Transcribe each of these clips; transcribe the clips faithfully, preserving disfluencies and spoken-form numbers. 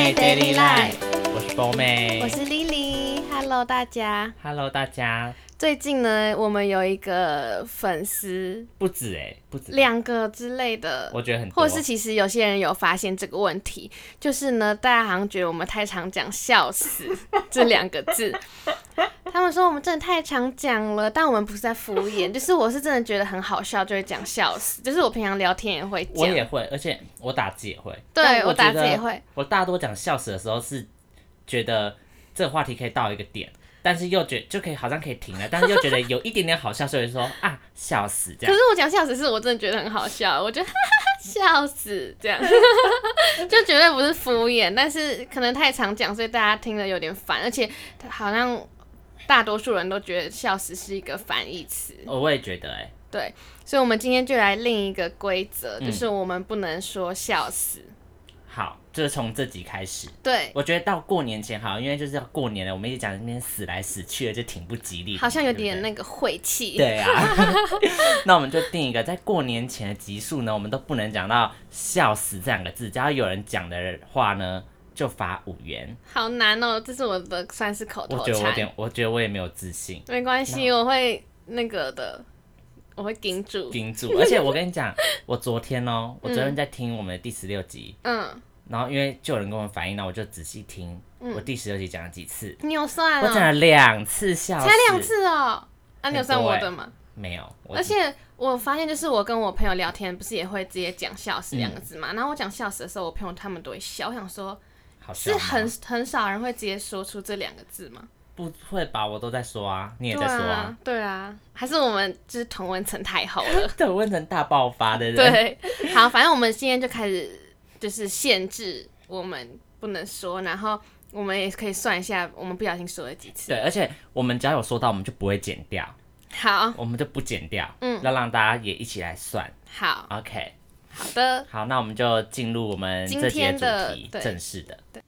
妹 Daily Life， 我是波妹， 我是 Lily。Hello 大家 ，Hello 大家。 最近呢，我们有一个粉丝， 不止哎、欸，不止两个之类的， 我觉得很多。 或是其实有些人有发现这个问题，就是呢，大家好像觉得我们太常讲"笑死"这两个字。他们说我们真的太常讲了，但我们不是在敷衍，就是我是真的觉得很好笑，就会讲"笑死"，就是我平常聊天也会讲， 我也会，而且我打字也会。 对， 我我打字也会。 我大多讲笑死的时候是觉得这个话题可以到一个点。但是又觉得就可以好像可以停了，但是又觉得有一点点好笑，所以说啊笑死这样。 可是我讲笑死是我真的觉得很好笑，我觉得哈哈笑死这样，就绝对不是敷衍，但是可能太常讲，所以大家听了有点烦，而且好像大多数人都觉得笑死是一个反义词。 我也觉得哎、欸， 对，所以我们今天就来另一个规则， 嗯、 就是我们不能说笑死。 好，就是从这集开始。 对， 我觉得到过年前好，因为就是要过年了，我们一直讲那边死来死去的，就挺不吉利的， 好像有点那个晦气。 对啊，那我们就定一个，在过年前的集数呢，我们都不能讲到“笑死”这两个字，只要有人讲的话呢，就罚五元。 好难哦，这是我的算是口头禅。 我觉得我有点，我觉得我也没有自信。 没关系，我会那个的。我会盯住， 盯住，而且我跟你讲，我昨天哦、喔，我昨天在听我们的第十六集，嗯，然后因为就有人跟我们反映，那我就仔细听，嗯、我第十六集讲了几次， 你有算、 喔？我讲了两次笑死， 才两次哦、喔，啊，你有算我的吗？ 没有， 而且我发现就是我跟我朋友聊天，不是也会直接讲笑死两个字嘛、嗯，然后我讲笑死的时候，我朋友他们都会笑，我想说，是很很少人会直接说出这两个字吗？ 不会吧，我都在说啊，你也在说啊， 对啊，对啊，还是我们就是同温层太厚了， 同温层大爆发的人。 对，好，反正我们今天就开始就是限制我们不能说，然后我们也可以算一下我们不小心说了几次。 对，而且我们只要有说到，我们就不会剪掉。 好， 我们就不剪掉，嗯，要让大家也一起来算。 好 ，OK， 好的， 好，那我们就进入我们这节主题，正式的。 对。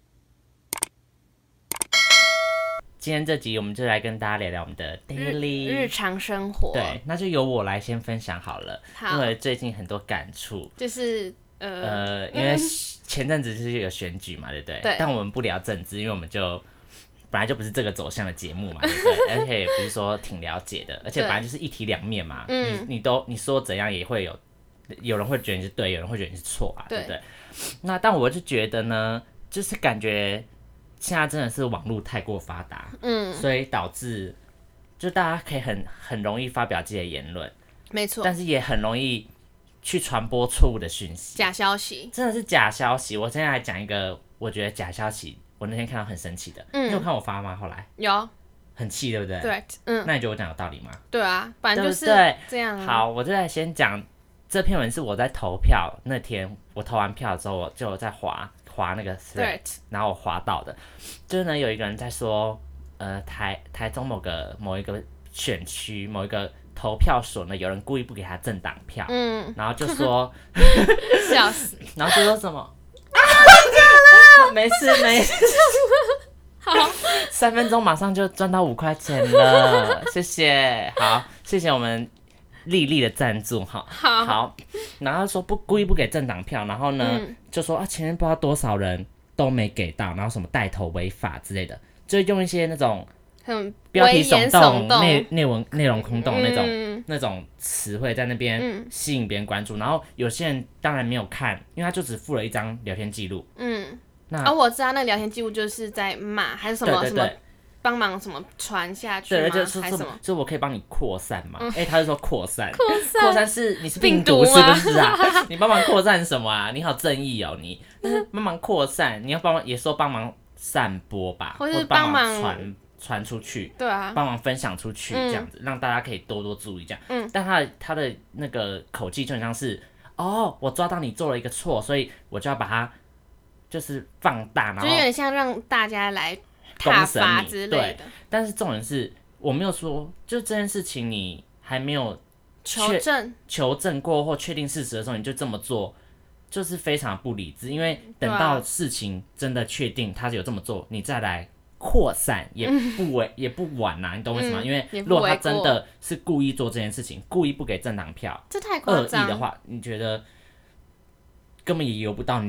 今天这集我们就来跟大家聊聊我们的 daily 日常生活。 对，那就由我来先分享好了，好，因为最近很多感触， 就是呃呃，因为前阵子就是有选举嘛，对不对？ 对。 但我们不聊政治，因为我们就本来就不是这个走向的节目嘛，对不对？而且也不是说挺了解的，而且本来就是一体两面嘛，你你都你说怎样也会有有人会觉得你是对，有人会觉得你是错啊， 对， 对不对？那但我就觉得呢，就是感觉。现在真的是网络太过发达，嗯，所以导致就大家可以很很容易发表自己的言论， 没错， 但是也很容易去传播错误的讯息， 假消息， 真的是假消息。我现在来讲一个，我觉得假消息，我那天看到很生气的，嗯，你有看我发吗？后来有， 很气，对不对？ 对，嗯， 那你觉得我讲有道理吗？ 对啊，反正就是这样、啊。 好，我就来先讲这篇文是我在投票那天，我投完票之后，我就在滑。滑那个 thread， 然后我滑到的，就是呢有一个人在说，呃台台中某个某一个选区某一个投票所呢，有人故意不给他政党票，嗯，然后就说笑死， 然后就说什么啊，假了，没事没事，好，三分钟马上就赚到五块钱了，谢谢，好，谢谢我们。丽丽的赞助哈， 好， 好，然后说不故意不给政党票，然后呢、嗯、就说啊前面不知道多少人都没给到，然后什么带头违法之类的，就用一些那种标题耸动、内内文内容空洞那种、嗯、那种词汇在那边吸引别人关注，然后有些人当然没有看，因为他就只附了一张聊天记录，嗯， 那哦我知道那个聊天记录就是在骂还是什么对对对什么。帮忙什么传下去吗？ 对，就是还是什么？ 就我可以帮你扩散嘛？哎、嗯欸，他就说扩散， 扩散， 扩散是你是病毒是不是啊？你帮忙扩散什么啊？你好正义哦你！帮忙扩散，你要帮忙也说帮忙散播吧， 或是帮忙传传出去， 对啊， 帮忙分享出去这样子，嗯、让大家可以多多注意这样。嗯，但他的他的那个口气就很像是哦，我抓到你做了一个错，所以我就要把它就是放大，然后就有点像让大家来。挞伐之类的， 对，但是重点是我没有说，就这件事情你还没有求证求证过或确定事实的时候，你就这么做，就是非常不理智。因为等到事情真的确定他有这么做，你再来扩散也不为、嗯、也不晚呐、啊，你懂我意思吗？嗯、因为如果他真的是故意做这件事情，故意不给政党票， 这太夸张， 恶意的话，你觉得根本也由不到你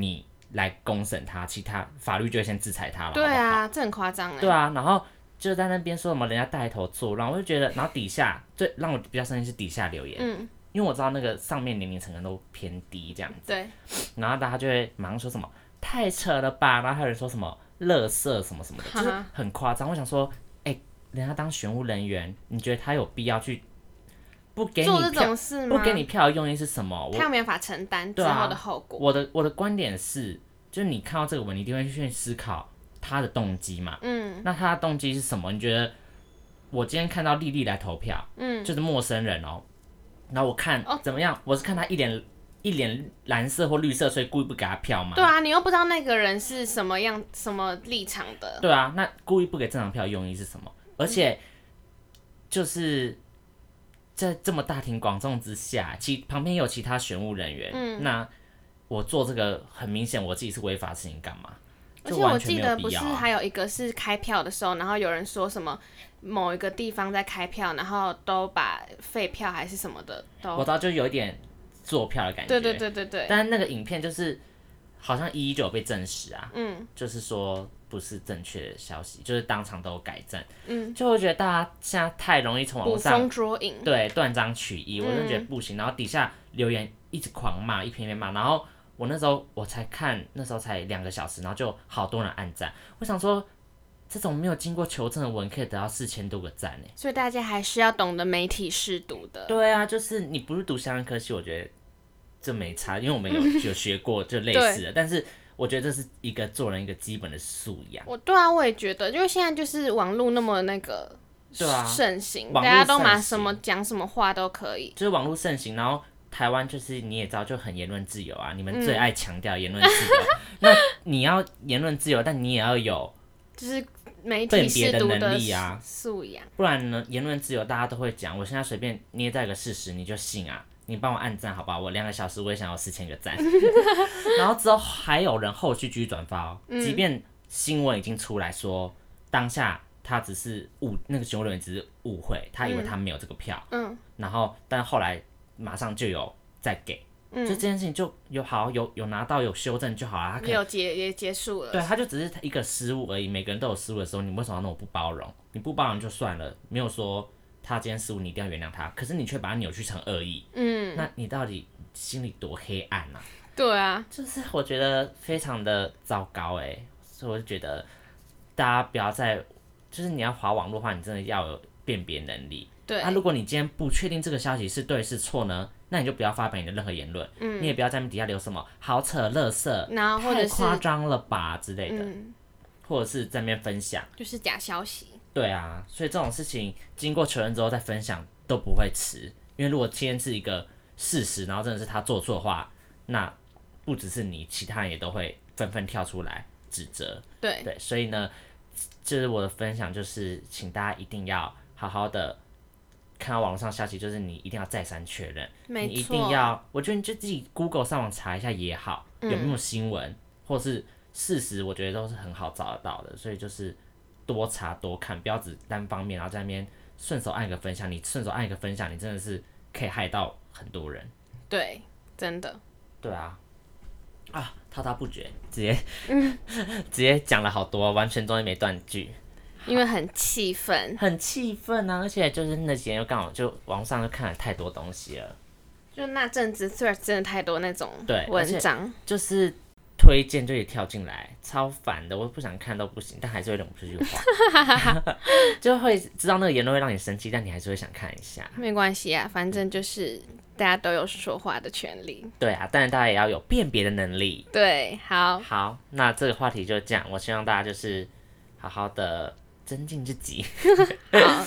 来公审他，其他法律就会先制裁他了。 对啊， 好好这很夸张哎。 对啊，然后就在那边说什么人家带头作乱，我就觉得，然后底下最让我比较生气是底下留言，嗯，因为我知道那个上面年龄层都偏低这样子， 对， 然后大家就会马上说什么太扯了吧，然后还有人说什么垃圾什么什么的，就是很夸张。我想说，哎、欸，人家当选务人员，你觉得他有必要去不给你票做这种事吗？ 不给你票的用意是什么？ 他有没有办法承担之后的后果？ 啊、我的我的观点是，就是你看到这个文，你一定会去思考他的动机嘛。嗯，那他的动机是什么？你觉得我今天看到丽丽来投票，嗯，就是陌生人哦，然后我看、哦、怎么样？我是看他一脸一脸蓝色或绿色，所以故意不给他票吗？ 对啊，你又不知道那个人是什么样、什么立场的。 对啊，那故意不给正常票的用意是什么？而且就是在这么大庭广众之下，其旁边有其他选务人员，嗯，那我做这个很明显我自己是违法事情干嘛？ 而且我记得不是还有一个是开票的时候，然后有人说什么某一个地方在开票，然后都把废票还是什么的都， 我知道就有一点做票的感觉， 对对对对对。 但是那个影片就是好像一一就有被证实啊，嗯，就是说不是正确的消息，就是当场都有改正，嗯，就会觉得大家现在太容易从网络上捕风捉影， 对，断章取义，我真的觉得不行。嗯、然后底下留言一直狂骂，一篇篇骂，然后。我那时候我才看，那时候才两个小时，然后就好多人按赞。我想说，这种没有经过求证的文可以得到四千多个赞呢。 所以大家还是要懂得媒体识读的。 对啊，就是你不是读相关科系，我觉得这没差，因为我们有有学过就类似的。但是我觉得这是一个做人一个基本的素养。 我对啊，我也觉得，因为现在就是网络那么那个盛行， 对啊、 大家都拿什么讲什么话都可以， 就是网络盛行，然后。台湾就是你也知道就很言论自由啊，你们最爱强调言论自由、嗯。那你要言论自由，但你也要有就是媒体识读的能力啊， 素养。 不然呢，言论自由大家都会讲，我现在随便捏在一个事实，你就信啊？你帮我按赞好不好？我两个小时我也想要四千个赞。然后之后还有人后续继续转发哦，嗯、即便新闻已经出来说当下他只是误那个选务人员只是误会，他以为他没有这个票，嗯，然后但后来。马上就有再给，嗯，就这件事情就有好有有拿到有修正就好了，他可能有结也结束了， 对，他就只是一个失误而已，每个人都有失误的时候，你为什么要那么不包容？你不包容就算了，没有说他今天失误你一定要原谅他，可是你却把他扭曲成恶意，嗯，那你到底心里多黑暗啊？ 对啊， 就是我觉得非常的糟糕哎、欸，所以我就觉得大家不要再，就是你要滑网络的话，你真的要有辨别能力。对，那、啊、如果你今天不确定这个消息是对是错呢，那你就不要发表你的任何言论，嗯，你也不要在那底下留什么好扯、垃圾，太夸张了吧之类的，嗯、或者是在那边分享， 就是假消息。 对啊，所以这种事情经过求认之后再分享都不会迟，因为如果今天是一个事实，然后真的是他做错的话，那不只是你，其他人也都会纷纷跳出来指责。 对对，所以呢，这、就是我的分享，就是请大家一定要好好的。看到网络上消息，就是你一定要再三确认，你一定要，我觉得你就自己 Google 上网查一下也好，嗯、有没有新闻或是事实，我觉得都是很好找得到的。所以就是多查多看，不要只单方面，然后在那边顺手按一个分享，你顺手按一个分享，你真的是可以害到很多人。 对，真的。 对啊，啊，滔滔不绝，直接、嗯、直接讲了好多，完全中间没断句。 因为很气愤， 很气愤啊！而且就是那几天又刚好就网上就看了太多东西了， 就那阵子 thread 真的太多那种文章， 就是推荐就也跳进来，超烦的。我不想看都不行，但还是会忍不住去滑，就会知道那个言论会让你生气，但你还是会想看一下。 没关系啊，反正就是大家都有说话的权利。 对啊，但是大家也要有辨别的能力。 对，好， 好，那这个话题就这样。我希望大家就是好好的。增进自己。好，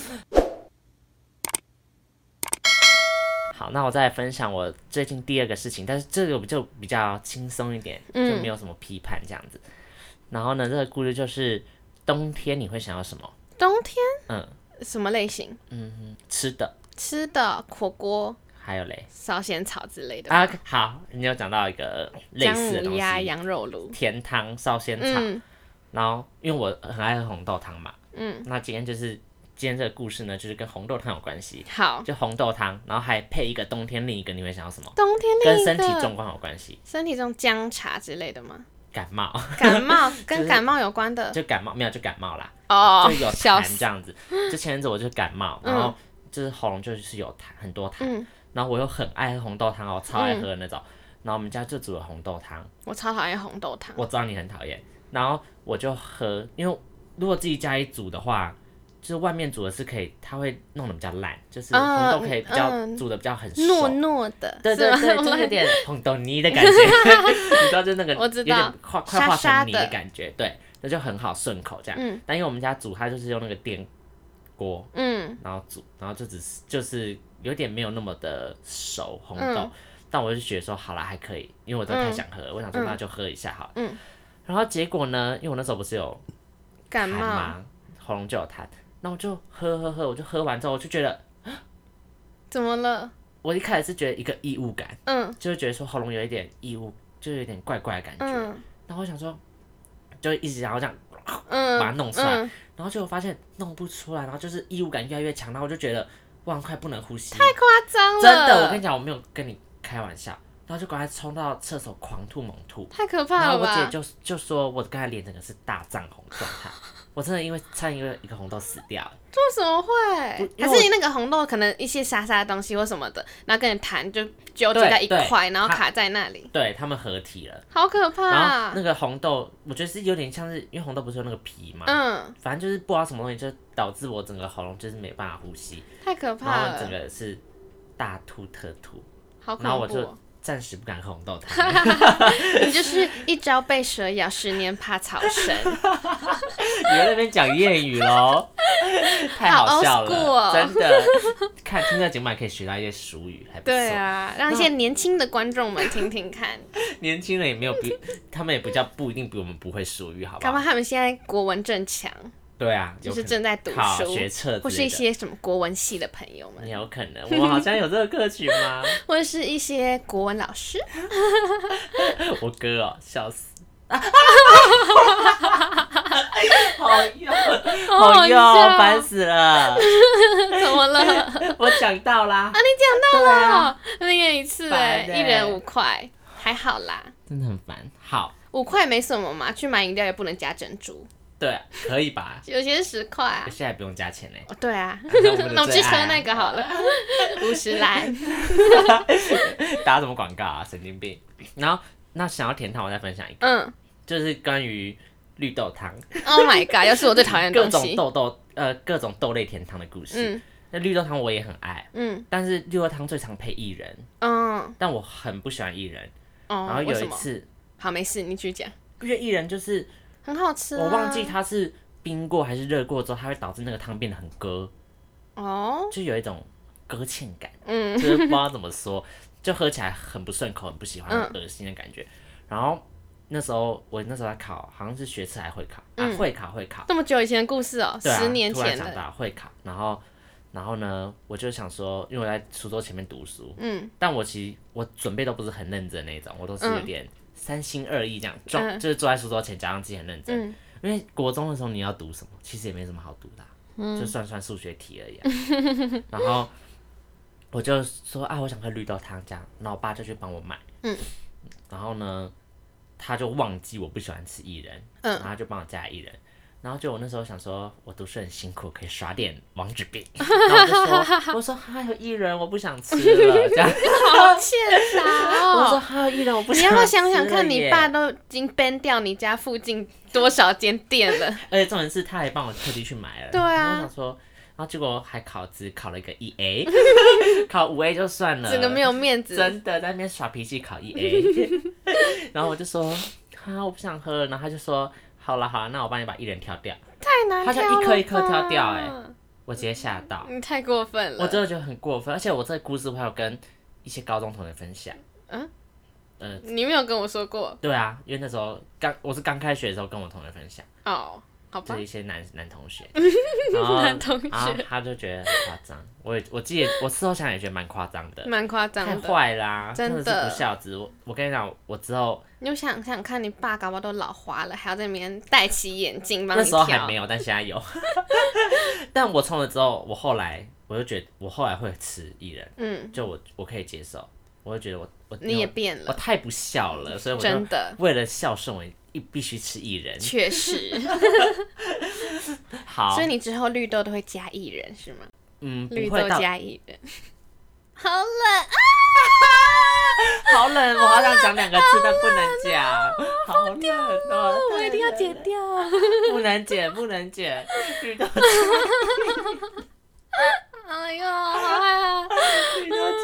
好，那我再来分享我最近第二个事情，但是这个就比较轻松一点，就没有什么批判这样子。嗯、然后呢，这个故事就是冬天你会想要什么？ 冬天？嗯，什么类型？ 嗯，吃的。 吃的火锅。 还有嘞， 烧仙草之类的啊。好，你有讲到一个类似的东西， 姜母鸭、羊肉炉、 甜汤、烧仙草。嗯、然后，因为我很爱喝红豆汤嘛。嗯，那今天就是今天这个故事呢，就是跟红豆汤有关系。 好， 就红豆汤，然后还配一个冬天另一个，你会想要什么？ 冬天另一个跟身体状况有关系。 身体中姜茶之类的吗？ 感冒， 感冒跟感冒有关的， 就感冒没有就感冒啦， 哦， 就有痰这样子。就前阵子我就感冒，然后就是喉咙就是有痰很多痰，嗯、然后我又很爱喝红豆汤，我超爱喝的那种。嗯、然后我们家就煮了红豆汤， 我超讨厌红豆汤， 我知道你很讨厌，然后我就喝，因为如果自己家里煮的话。就是外面煮的是可以，它会弄得比较烂，就是红豆可以比较、嗯、煮的比较很熟， 糯糯的， 对对对，就有点红豆泥的感觉，你知道就那个有点快快化成泥的感觉，对，那就很好顺口这样。嗯、但因为我们家煮它就是用那个电锅，嗯，然后煮，然后就只是就是有点没有那么的熟红豆，嗯、但我就觉得说好啦还可以，因为我真的太想喝了，嗯、我想说那就喝一下好了。嗯，然后结果呢，因为我那时候不是有感冒， 喉咙就有痰。那我就喝喝喝，我就喝完之后，我就觉得怎么了？ 我一开始是觉得一个异物感，嗯，就会觉得说喉咙有一点异物，就有点怪怪的感觉。嗯、然后我想说，就一直然后这样，嗯，把它弄出来，嗯、然后结果发现弄不出来，然后就是异物感越来越强，然后我就觉得哇，快不能呼吸， 太夸张了！ 真的，我跟你讲，我没有跟你开玩笑。然后就赶快冲到厕所狂吐猛吐， 太可怕了吧！ 然后我姐就就说我刚才脸整个是大涨红状态，我真的因为差点因为一个红豆死掉了。 为什么会？还是你那个红豆可能一些沙沙的东西或什么的，然后跟你痰就纠结在一块，然后卡在那里。 对，他们合体了， 好可怕、啊。 然后那个红豆，我觉得是有点像是，因为红豆不是有那个皮嘛，嗯，反正就是不知道什么东西，就导致我整个喉咙就是没办法呼吸， 太可怕了。 然后整个是大吐特吐， 好恐怖、哦。 然后我就暂时不敢喝红豆汤。 你就是一朝被蛇咬，十年怕草绳。 你在那边讲谚语咯，太好笑了， 哦、 真的。看听这节目还可以学到一些俗语，还不错。 对啊，让一些年轻的观众们听听看。 年轻人也没有比，他们也比较不一定比我们不会俗语，好不好？ 搞不好他们现在国文正强。 对啊， 就是正在读书， 学测， 或是一些什么国文系的朋友们， 也有可能。我们好像有这个客群吗？ 或者是一些国文老师。 我哥哦，笑死！好用，好用，烦死了！ 怎么了？ 我讲到啦！ 啊，你讲到了，念一次哎，一人五块，还好啦。 真的很烦。好， 五块没什么嘛，去买饮料也不能加珍珠。 对，可以吧？ 有些是十块啊， 现在不用加钱嘞。 哦，对啊，那我们去喝那个好了，五十来。 打什么广告啊？神经病！然后那想要甜汤，我再分享一个，嗯，就是关于绿豆汤。 Oh my god！ 又是我最讨厌的东西。各种豆豆呃，各种豆类甜汤的故事。嗯，那绿豆汤我也很爱，嗯，但是绿豆汤最常配薏仁，嗯，但我很不喜欢薏仁。哦，然后有一次， 好，没事，你继续讲。 因为薏仁就是很好吃、啊， 我忘记它是冰过还是热过之后，它会导致那个汤变得很割，哦，就有一种搁芡感，嗯，就是不知道怎么说，就喝起来很不顺口，很不喜欢，很恶心的感觉。嗯、然后那时候我那时候在考，好像是学测还会考、嗯、啊，会考会考， 这么久以前的故事哦、喔， 对啊， 十年前的。 突然想到会考，然后然后呢，我就想说，因为我在书桌前面读书，嗯，但我其实我准备都不是很认真的那种，我都是有点。嗯三心二意这样，装、嗯、就是坐在书桌前，假装自己很认真。嗯、因为国中的时候你要读什么，其实也没什么好读的、啊，嗯、就算算数学题而已、啊。然后我就说啊，我想喝绿豆汤这样，然后我爸就去帮我买。嗯、然后呢，他就忘记我不喜欢吃薏仁，嗯、然后他就帮我加薏仁。然后就我那时候想说，我读书很辛苦，可以耍点王子病。然后我就说，我说还有薏仁，我不想吃了，这样。 好欠打哦！ 我说还有薏仁，我不想吃了。 你要不要想想看，你爸都已经 ban 掉你家附近多少间店了？ 而且重点是，他还帮我特地去买了。 对啊。 然后我想说，然后结果还考只考了一个一 A， 考五 A 就算了， 整个没有面子。 真的在那边耍脾气考一 A， 然后我就说啊，我不想喝了，然后他就说。好了好了，那我帮你把薏仁挑掉。 太难挑了， 他就一颗一颗挑掉、欸，哎，我直接吓到。 你太过分了， 我真的觉得很过分，而且我这个故事我还有跟一些高中同学分享。嗯， 呃，你没有跟我说过。 对啊，因为那时候刚我是刚开学的时候跟我同学分享。 哦，好吧。 就是一些男男同学， 男同学， 然后他就觉得很夸张。我也我记得我事后想也觉得蛮夸张的， 蛮夸张的， 太坏啦、啊， 真的是不孝子。我我跟你讲，我之后。 你就想想看，你爸搞不好都老花了，还要在那边戴起眼镜帮你挑。 那时候还没有，但现在有。但我冲了之后，我后来我就觉得，我后来会吃薏仁，嗯，就我我可以接受，我会觉得我我你也变了， 我太不孝了，所以我就真的为了孝顺，我必须吃薏仁。 确实。 好， 所以你之后绿豆都会加薏仁是吗？ 嗯， 绿豆不会到加薏仁。好冷啊！ 好冷，我好想讲两个字，但不能讲。好冷哦， 我一定要剪掉。 不能剪，不能剪。绿豆加哎呦，好害怕！ 绿豆加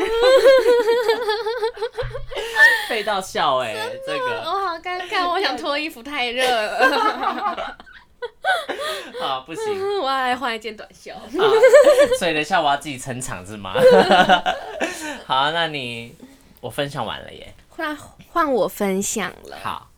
背到笑哎、欸，这个我好尴尬，我想脱衣服，太热了。 好不行， 我要来换一件短袖。 好，所以等一下我要自己撑场是吗？好，那你我分享完了耶， 换换我分享了。 好。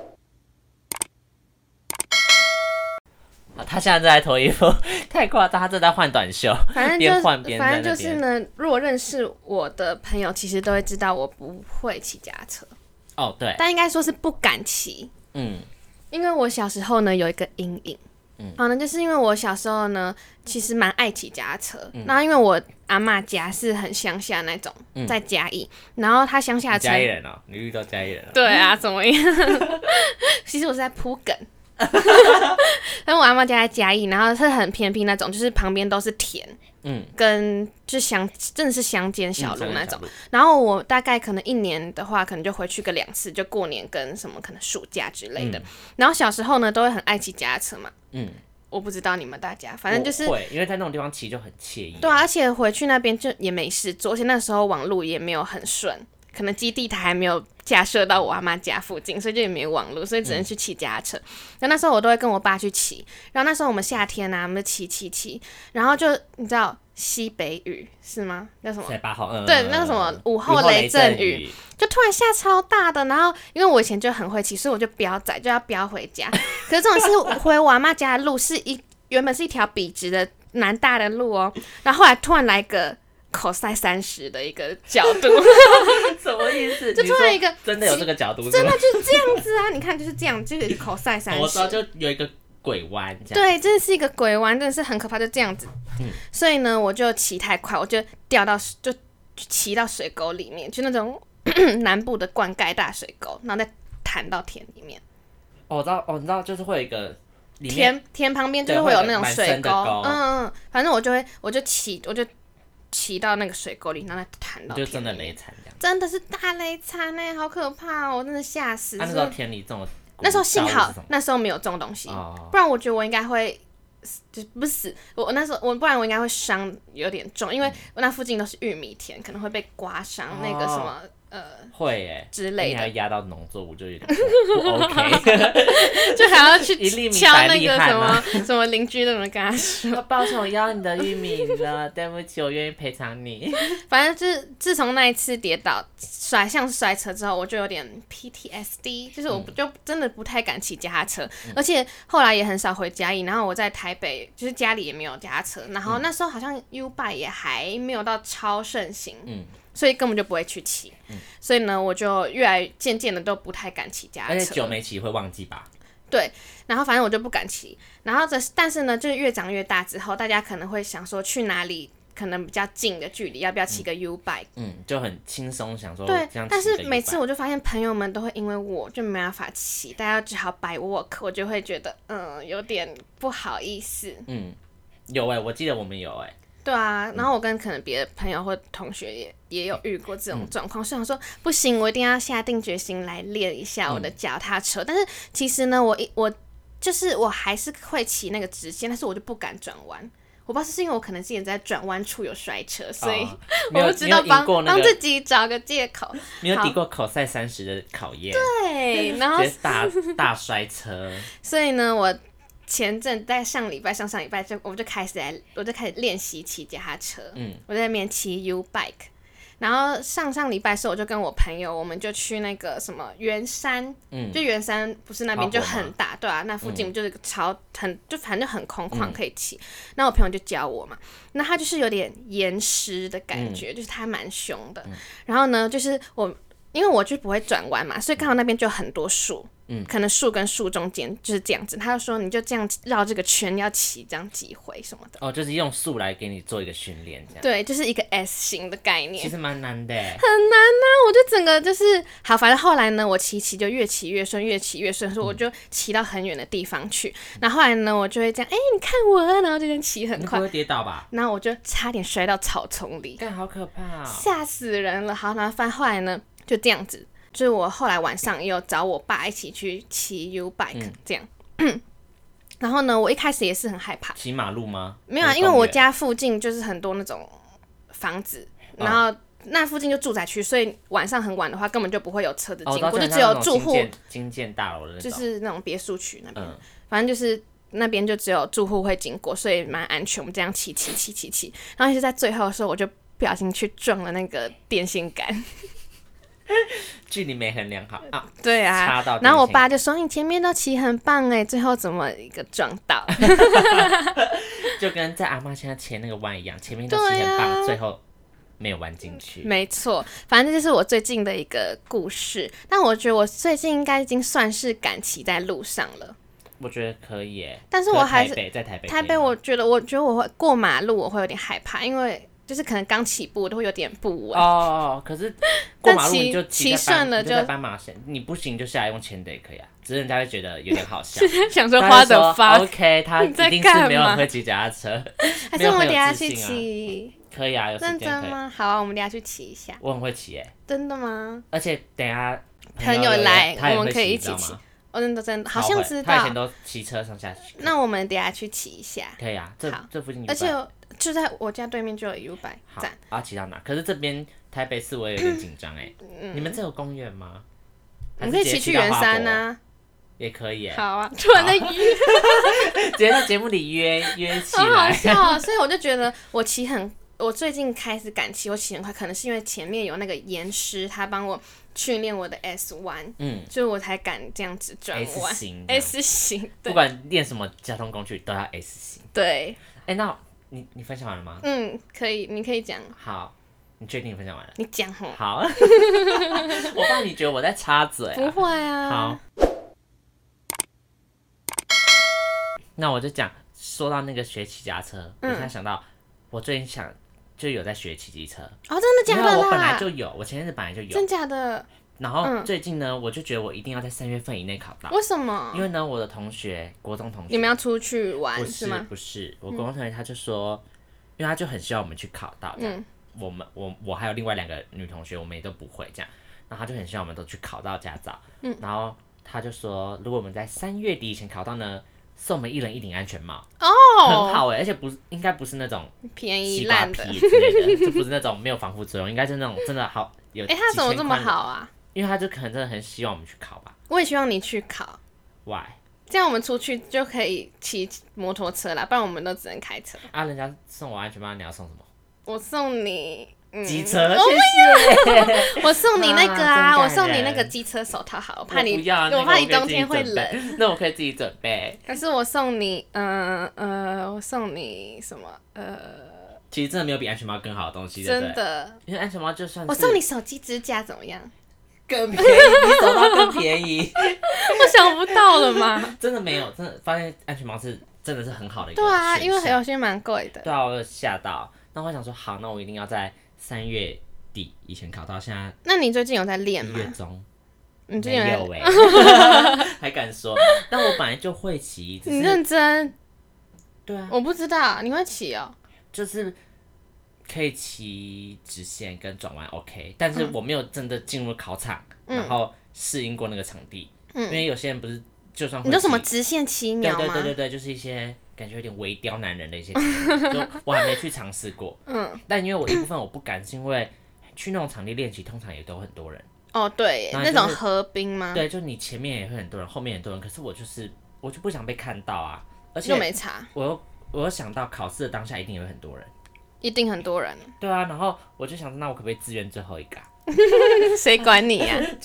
他现在在脱衣服，太夸张，他正在换短袖， 反正边换边就反正就是呢，如果认识我的朋友，其实都会知道我不会骑脚踏车。 哦，对， 但应该说是不敢骑。嗯，因为我小时候呢有一个阴影。嗯，好呢，就是因为我小时候呢，其实蛮爱骑脚踏车。嗯，然后因为我阿嬷家是很乡下那种，嗯、在嘉义，然后他乡下嘉义人哦，你遇到嘉义人了？ 对啊，怎么样？其实我是在铺梗。但我阿嬷家在嘉义，然后是很偏僻那种，就是旁边都是田，嗯，跟就乡真的是乡间小路那种。嗯、然后我大概可能一年的话，可能就回去个两次，就过年跟什么可能暑假之类的。嗯、然后小时候呢，都会很爱骑脚踏车嘛，嗯，我不知道你们大家，反正就是会，因为在那种地方骑就很惬意。 对啊，而且回去那边就也没事做，而且那时候网路也没有很顺。可能基地台还没有架设到我阿妈家附近，所以就也没有网路，所以只能去骑脚踏车。然后那时候我都会跟我爸去骑，然后那时候我们夏天啊，我们就骑骑骑，然后就你知道西北雨是吗？那什么？ 八号，嗯， 对，那个什么午后雷阵雨，就突然下超大的。然后因为我以前就很会骑，所以我就飙仔就要飙回家。可是这种是回我阿妈家的路是一原本是一条笔直的蛮大的路哦，然后后来突然来个。口塞三十的一个角度， 什么意思？ 就突然一个真的有这个角度， 真的就是这样子啊！你看就是这样，就是口塞三十， 我知道就有一个鬼弯， 对，真的是一个鬼弯，真的是很可怕，就这样子。嗯，所以呢，我就骑太快，我就掉到就骑到水沟里面，就那种南部的灌溉大水沟，然后再弹到田里面。 哦，我知道，哦，你知道，就是会有一个。 田田旁边就是会有那种水沟，嗯嗯，反正我就会，我就骑，我就。骑到那个水沟里，然后再弹到田里面， 就真的雷惨这样， 真的是大雷惨哎，好可怕哦，我真的吓死。 啊、那时候田里种了， 那时候幸好那时候没有种东西，哦、不然我觉得我应该会，就不是死，我那时候我不然我应该会伤有点重，因为我那附近都是玉米田，可能会被刮伤、哦、那个什么。呃， 会耶之类的， 你还压到农作物就有点不 OK， 就还要去敲那个什么什么邻居那种跟他说， 抱歉，我要你的玉米了，对不起，我愿意赔偿你。 反正就是自从那一次跌倒摔像摔车之后，我就有点 P T S D， 就是我就真的不太敢骑脚踏车，嗯、而且后来也很少回嘉义，然后我在台北就是家里也没有脚踏车，然后那时候好像 U-Bike 也还没有到超盛行，嗯。所以根本就不会去骑，嗯、所以呢，我就越来渐渐的都不太敢骑脚踏车。 而且久没骑会忘记吧？ 对，然后反正我就不敢骑。然后这但是呢，就是越长越大之后，大家可能会想说去哪里可能比较近的距离，要不要骑个 U-Bike？ 嗯，就很轻松，想说对。 这样但是每次我就发现朋友们都会因为我就没办法骑，大家只好 bike walk， 我就会觉得嗯有点不好意思。 嗯，有哎、欸，我记得我们有哎、欸。 对啊，然后我跟可能别的朋友或同学也也有遇过这种状况，所以想说不行，我一定要下定决心来练一下我的脚踏车。嗯、但是其实呢，我我就是我还是会骑那个直线，但是我就不敢转弯。我不知道是因为我可能之前在转弯处有摔车，所以我不知道帮帮、那個、自己找个借口。 你有抵过口塞三十的考验？ 对，然后直接大大摔车。 所以呢，我。前阵在上礼拜、上上礼拜就我就开始来，我就开始练习骑脚踏车。嗯，我在那边骑 U-Bike， 然后上上礼拜的时候我就跟我朋友，我们就去那个什么圆山，嗯，就圆山不是那边就很大，对啊，那附近就是个超很就反正很空旷可以骑。那、嗯、我朋友就教我嘛，那他就是有点岩石的感觉，嗯、就是他蛮凶的。嗯、然后呢，就是我。 因为我就不会转弯嘛，所以刚好那边就很多树，嗯，可能树跟树中间就是这样子。他就说你就这样绕这个圈要骑这样几回什么的。 哦，就是用树来给你做一个训练，这样。 对，就是一个 S 型的概念。 其实蛮难的，很难啊！我就整个就是好，反正后来呢，我骑骑就越骑越顺，越骑越顺，所以我就骑到很远的地方去。嗯、然后后来呢，我就会这样，哎、欸，你看我啊，然后就这样骑很快。 你不会跌倒吧？ 然后我就差点摔到草丛里， 干好可怕啊、哦！ 吓死人了。好，然后反正后来呢，就这样子。就是我后来晚上也有找我爸一起去骑 U bike、嗯、这样，然后呢，我一开始也是很害怕。 骑马路吗？ 没有啊，因为我家附近就是很多那种房子，然后那附近就住宅区，所以晚上很晚的话根本就不会有车子经过， 哦、 就只有住户。 金建大楼的那种， 就是那种别墅区那边、 嗯， 反正就是那边就只有住户会经过，所以蛮安全。我们这样骑骑骑骑骑，然后一直在最后的时候，我就不小心去撞了那个电线杆。 距离没衡量好啊， 对啊， 插到， 然后我爸就说你前面都骑很棒哎，最后怎么一个撞到？ 就跟在阿嬷现在切那个弯一样，前面都骑很棒、啊，最后没有弯进去。 没错，反正这就是我最近的一个故事。但我觉得我最近应该已经算是敢骑在路上了。 我觉得可以耶， 但是我还是台北在台北， 台北我觉得我觉得我会过马路我会有点害怕，因为。就是可能刚起步都会有点不稳哦，可是过马路你就骑顺了就在斑马线，你不行就下来用牵的也可以啊，只是人家会觉得有点好笑。 想说花的发 ，OK， 他一定是没有人会骑脚踏车， 还是我们等一下去骑？ 可以啊，有时间可以。 认真吗？好啊，我们等一下去骑一下。 我很会骑耶、欸， 真的吗？ 而且等一下朋友来， 我们可以一起骑。哦，真的真的，好像知道。 他以前都骑车上下去。 那我们等一下去骑一下。 可以啊，这这附近。 而且就在我家对面就有 U bike 站。 好，骑到哪？可是这边台北市我也有点紧张哎。你们这有公园吗？ 你可以骑去圆山啊。 也可以哎。 好啊，突然在约。 直接在节目里约约起来。 好好笑，所以我就觉得我骑很。我最近开始敢骑，我骑很快，可能是因为前面有那个岩师，他帮我训练我的 S 弯，嗯，所以我才敢这样子转弯。 S 型 ，S 型， 不管练什么交通工具都要 S 型。 对， 哎、欸，那你你分享完了吗？ 嗯，可以，你可以讲。 好，你确定你分享完了？ 你讲吼。 好，我怕你觉得我在插嘴、啊。 不会啊。 好，那我就讲，说到那个学骑脚踏车，嗯、我现在想到，我最近想。就有在学骑机车哦，真的假的啦？ 我本来就有，我前阵子本来就有， 真假的。 然后最近呢，嗯、我就觉得我一定要在三月份以内考到。 为什么？ 因为呢，我的同学，国中同学， 你们要出去玩不是吗？ 不是，我国中同学他就说，嗯、因为他就很希望我们去考到，这样，嗯、我们我我还有另外两个女同学，我们也都不会这样，然后他就很希望我们都去考到驾照，嗯，然后他就说，如果我们在三月底以前考到呢。送我们一人一顶安全帽哦，很好哎、欸，而且不是应该不是那种便宜烂的之类的，就不是那种没有防护作用，应该是那种真的好有。哎、 欸，他怎么这么好啊？ 因为他就可能真的很希望我们去考吧。 我也希望你去考。 Why？ 这样我们出去就可以骑摩托车啦，不然我们都只能开车。 啊，人家送我安全帽，你要送什么？ 我送你。 机、嗯、车，谢谢。 我送你那个啊，啊我送你那个机车手套，好，我怕你，我, 我怕你冬天会冷。 那我可以自己准备。 可是我送你，嗯 呃, 呃，我送你什么？呃， 其实真的没有比安全帽更好的东西，对不对？ 真的， 因为安全帽就算是我送你手机支架怎么样？ 更便宜，比手套更便宜。 我想不到了吗？ 真的没有，真的发现安全帽是真的是很好的一个。 对啊，因为有些蛮贵的。 对啊，我有吓到。那我想说，好，那我一定要在。三月底以前考到，现在那你最近有在练吗？ 一月中， 你最近有没有哎、欸，还敢说？但我本来就会骑， 你认真？ 对啊， 我不知道你会骑哦、喔， 就是可以骑直线跟转弯 OK， 但是我没有真的进入考场，嗯、然后适应过那个场地，嗯、因为有些人不是就算会你说什么直线七秒吗？ 对对对对对，就是一些。感觉有点微刁难人的一些情况，就我还没去尝试过。嗯，但因为我一部分我不敢，是因为去那种场地练习，通常也都很多人。 哦，对， 就是、 那种河滨吗？ 对，就你前面也会很多人，后面很多人，可是我就是我就不想被看到啊，而且就没差。 我又我又想到考试的当下一定有很多人， 一定很多人。 对啊，然后我就想，那我可不可以自愿最后一个、啊？ 谁管你啊？ 就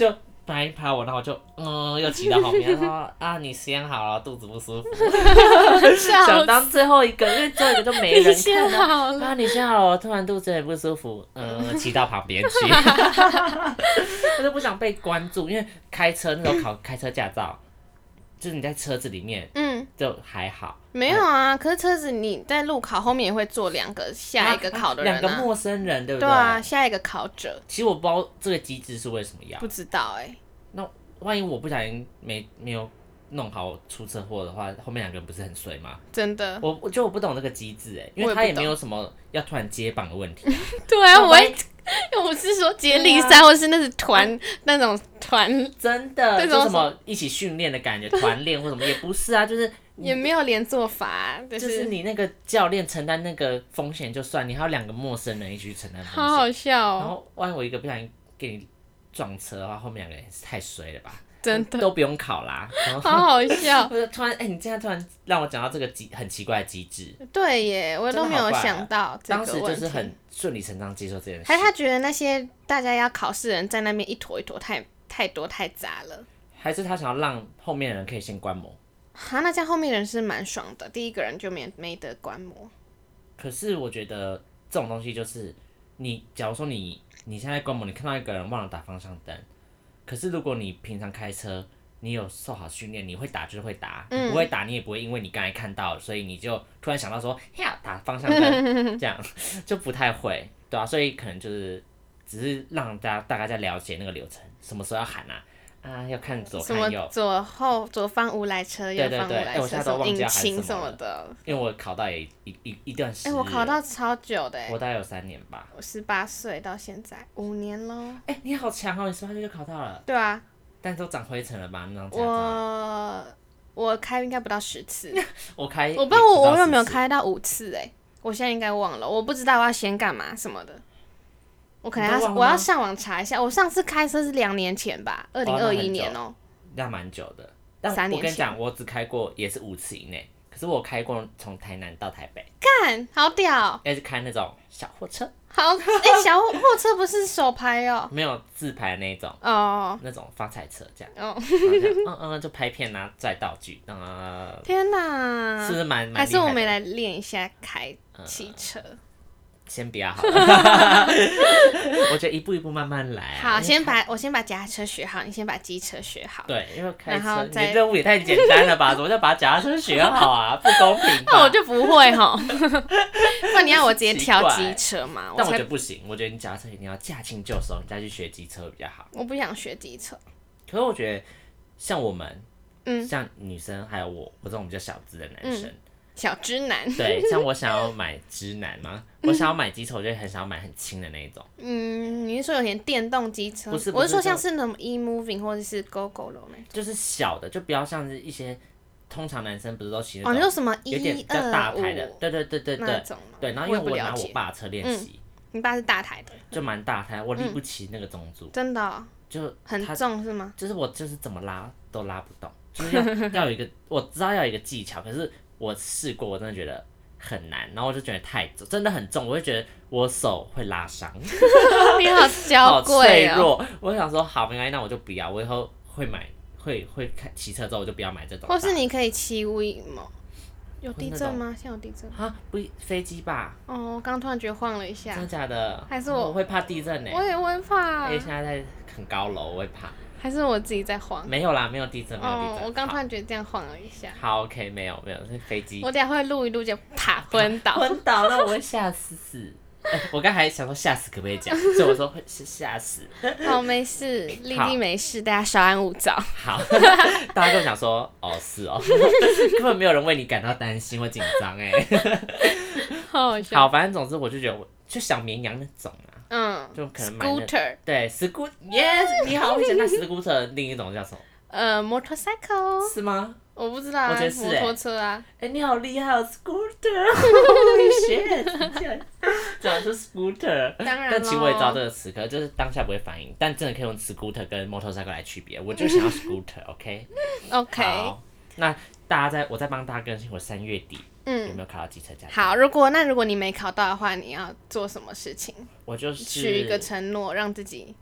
拍一拍我，然后我就嗯又骑到后面，说啊你先好了，肚子不舒服。想当最后一个，因为最后一个就没人看了。 你先好了啊你先好了，我突然肚子也不舒服，嗯骑到旁边去。我就不想被关注，因为开车那时候考开车驾照，就是你在车子里面，嗯，就还好。 没有啊，可是车子你在路考后面也会坐两个下一个考的人、啊， 两、啊、个陌生人，对不对？ 对啊，下一个考者。 其实我不知道这个机制是为什么要， 不知道哎、欸。 那万一我不小心没没有弄好出车祸的话，后面两个人不是很衰吗？ 真的， 我我觉得我不懂这个机制哎，因为他也没有什么要突然接榜的问题、啊。 对啊，我会。我是说接力赛，或是那是团、啊、那种团， 真的就什么一起训练的感觉，团练或什么也不是啊，就是也没有连坐法、啊就是，就是你那个教练承担那个风险就算，你还有两个陌生人一起去承担风险， 好好笑哦。 然后万一我一个不小心给你撞车的话，后面两个人也是太衰了吧？ 真的都不用考啦， 好好笑。 我就突然，哎、欸，你现在突然让我讲到这个机很奇怪的机制。 对耶，我都没有想到这个问题。 当时就是很顺理成章接受这件事。 还是他觉得那些大家要考试的人在那边一坨一坨太太多太杂了？ 还是他想要让后面的人可以先观摩？ 哈，那这样后面的人是蛮爽的，第一个人就没没得观摩。 可是我觉得这种东西就是你，假如说你你现在观摩，你看到一个人忘了打方向灯。可是如果你平常开车，你有受好训练，你会打就是会打，嗯、你不会打你也不会因为你刚才看到，所以你就突然想到说要打方向灯，这样就不太会，对啊，所以可能就是只是让大家大概在了解那个流程，什么时候要喊啊，啊要看左看右， 左后左方无来车，右方无来车， 我现在都忘记要喊什么什么的， 因为我考到也一一一段时间， 哎、欸，我考到超久的、欸， 我大概有三年吧， 我十八岁到现在五年咯。 哎、欸，你好强哦，你十八岁就考到了， 对啊。 但都长灰尘了吧？那张驾照我我开应该不到十次， 我开我不知道我我有没有开到五次哎、欸，我现在应该忘了，我不知道我要先干嘛什么的，我可能要我要上网查一下。我上次开车是两年前吧，二零二一年哦、喔， 那蛮久的。但我跟你讲，我只开过也是五次以内，可是我开过从台南到台北， 干好屌！ 也是开那种小货车。 好，哎、欸，小货车不是手排哦、喔， 没有自排那种哦， oh. 那种发财车这样，哦，嗯嗯，就拍片啊，载道具，啊、呃， 天哪， 是不是蛮蛮？ 还是我们来练一下开汽车？呃、 先不要好了，我觉得一步一步慢慢来、啊。 好，先把我先把脚踏车学好，你先把机车学好。 对，因为开车你的任务也太简单了吧？怎么就把脚踏车学好啊？不公平吧？ 那我就不会哈。不然你要我直接挑机车嘛？ 但我觉得不行，我觉得你脚踏车一定要驾轻就熟，你再去学机车比较好。 我不想学机车。 可是我觉得像我们，嗯，像女生还有我，我这种比较小资的男生。嗯， 小直男， 对，像我想要买直男嘛，我想要买机车，我就很想要买很轻的那一种。 嗯，你是说有点电动机车？ 不是， 我是说像是那种 e-moving 或者是 GoGoRo 那种， 就是小的，就不要像是一些通常男生不是都骑那种， 哦，你说什么有点比较大台的，对对对对对，对。然后因为我拿我爸车练习、嗯， 你爸是大台的， 就蛮大台，我立不起那个中柱， 嗯、真的、哦， 就很重是吗？ 就是我就是怎么拉都拉不动，就是要要有一个我知道要有一个技巧，可是。我试过，我真的觉得很难，然后我就觉得太重，真的很重，我会觉得我手会拉伤。 你好娇贵哦，好脆弱。 我想说，好，没关系，那我就不要，我以后会买，会会开骑车之后我就不要买这种。 或是你可以骑 Wemo， 有地震吗？现在有地震啊？不，飞机吧？ 哦，我刚突然觉得晃了一下。 真的假的？ 还是我、 哦、我会怕地震呢、欸？ 我也会怕。 哎、欸，现在在很高楼，我会怕。 还是我自己在晃？ 没有啦，没有地震，没有地震。 哦，我刚突然觉得这样晃了一下。 好 ，OK， 没有没有，是飞机。 我等一下会录一录就啪昏倒， 昏倒，那我会吓死死。欸、我刚还想说吓死可不可以讲，所以我说会是吓死。 好，没事，丽丽没事，大家稍安勿躁。 好，大家就想说，哦是哦，根本没有人为你感到担心或紧张哎。 好好笑。 好，反正总之我就觉得我就小绵羊那种啊。 嗯， 就可能买那 scooter， 对 ，scooter， yes， 你好，我想那 scooter 另一种叫什么？ 呃 ，motorcycle 是吗？ 我不知道、啊， 我觉得是、欸、 摩托車啊。 哎、欸，你好厉害哦 ，scooter，Holy shit， 讲的是 scooter， 当然， 但其实我也知道这个词，可是就是当下不会反应，但真的可以用 scooter 跟 motorcycle 来区别。我就想要 scooter，OK？OK，、 okay? okay. 好，那大家在我再帮大家更新，我三月底。嗯，有没有考到机车驾照？ 好，如果那如果你没考到的话，你要做什么事情？ 我就是许一个承诺，让自己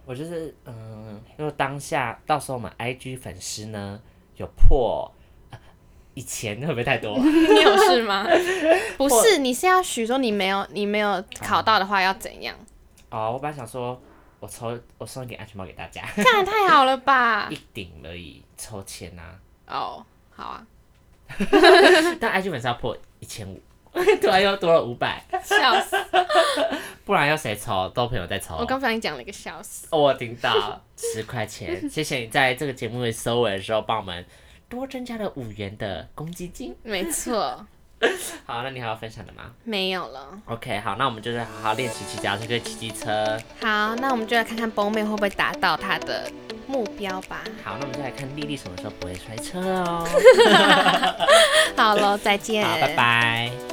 我就是嗯，因为当下到时候我们 I G 粉丝呢有破。以前会不会太多？ 你有事吗？不是，你是要许说你没有你没有考到的话要怎样？ 哦，我本来想说，我抽我送一点安全帽给大家， 这样也太好了吧？ 一顶而已，抽签啊。 哦，好啊。 但 I G 粉丝要破一千五，突然又多了五百， 笑死！ 不然要谁抽？都朋友在抽。 我刚不小心讲了一个笑死。 哦，我听到十块钱，谢谢你在这个节目的收尾的时候帮我们。多增加了五元的公积金， 没错。 好，那你还要分享的吗？ 没有了。 OK， 好，那我们就是好好练习骑脚踏车跟骑机车。 好，那我们就来看看崩妹会不会达到她的目标吧。 好，那我们就来看丽丽什么时候不会摔车哦。 好了，再见。 好，拜拜。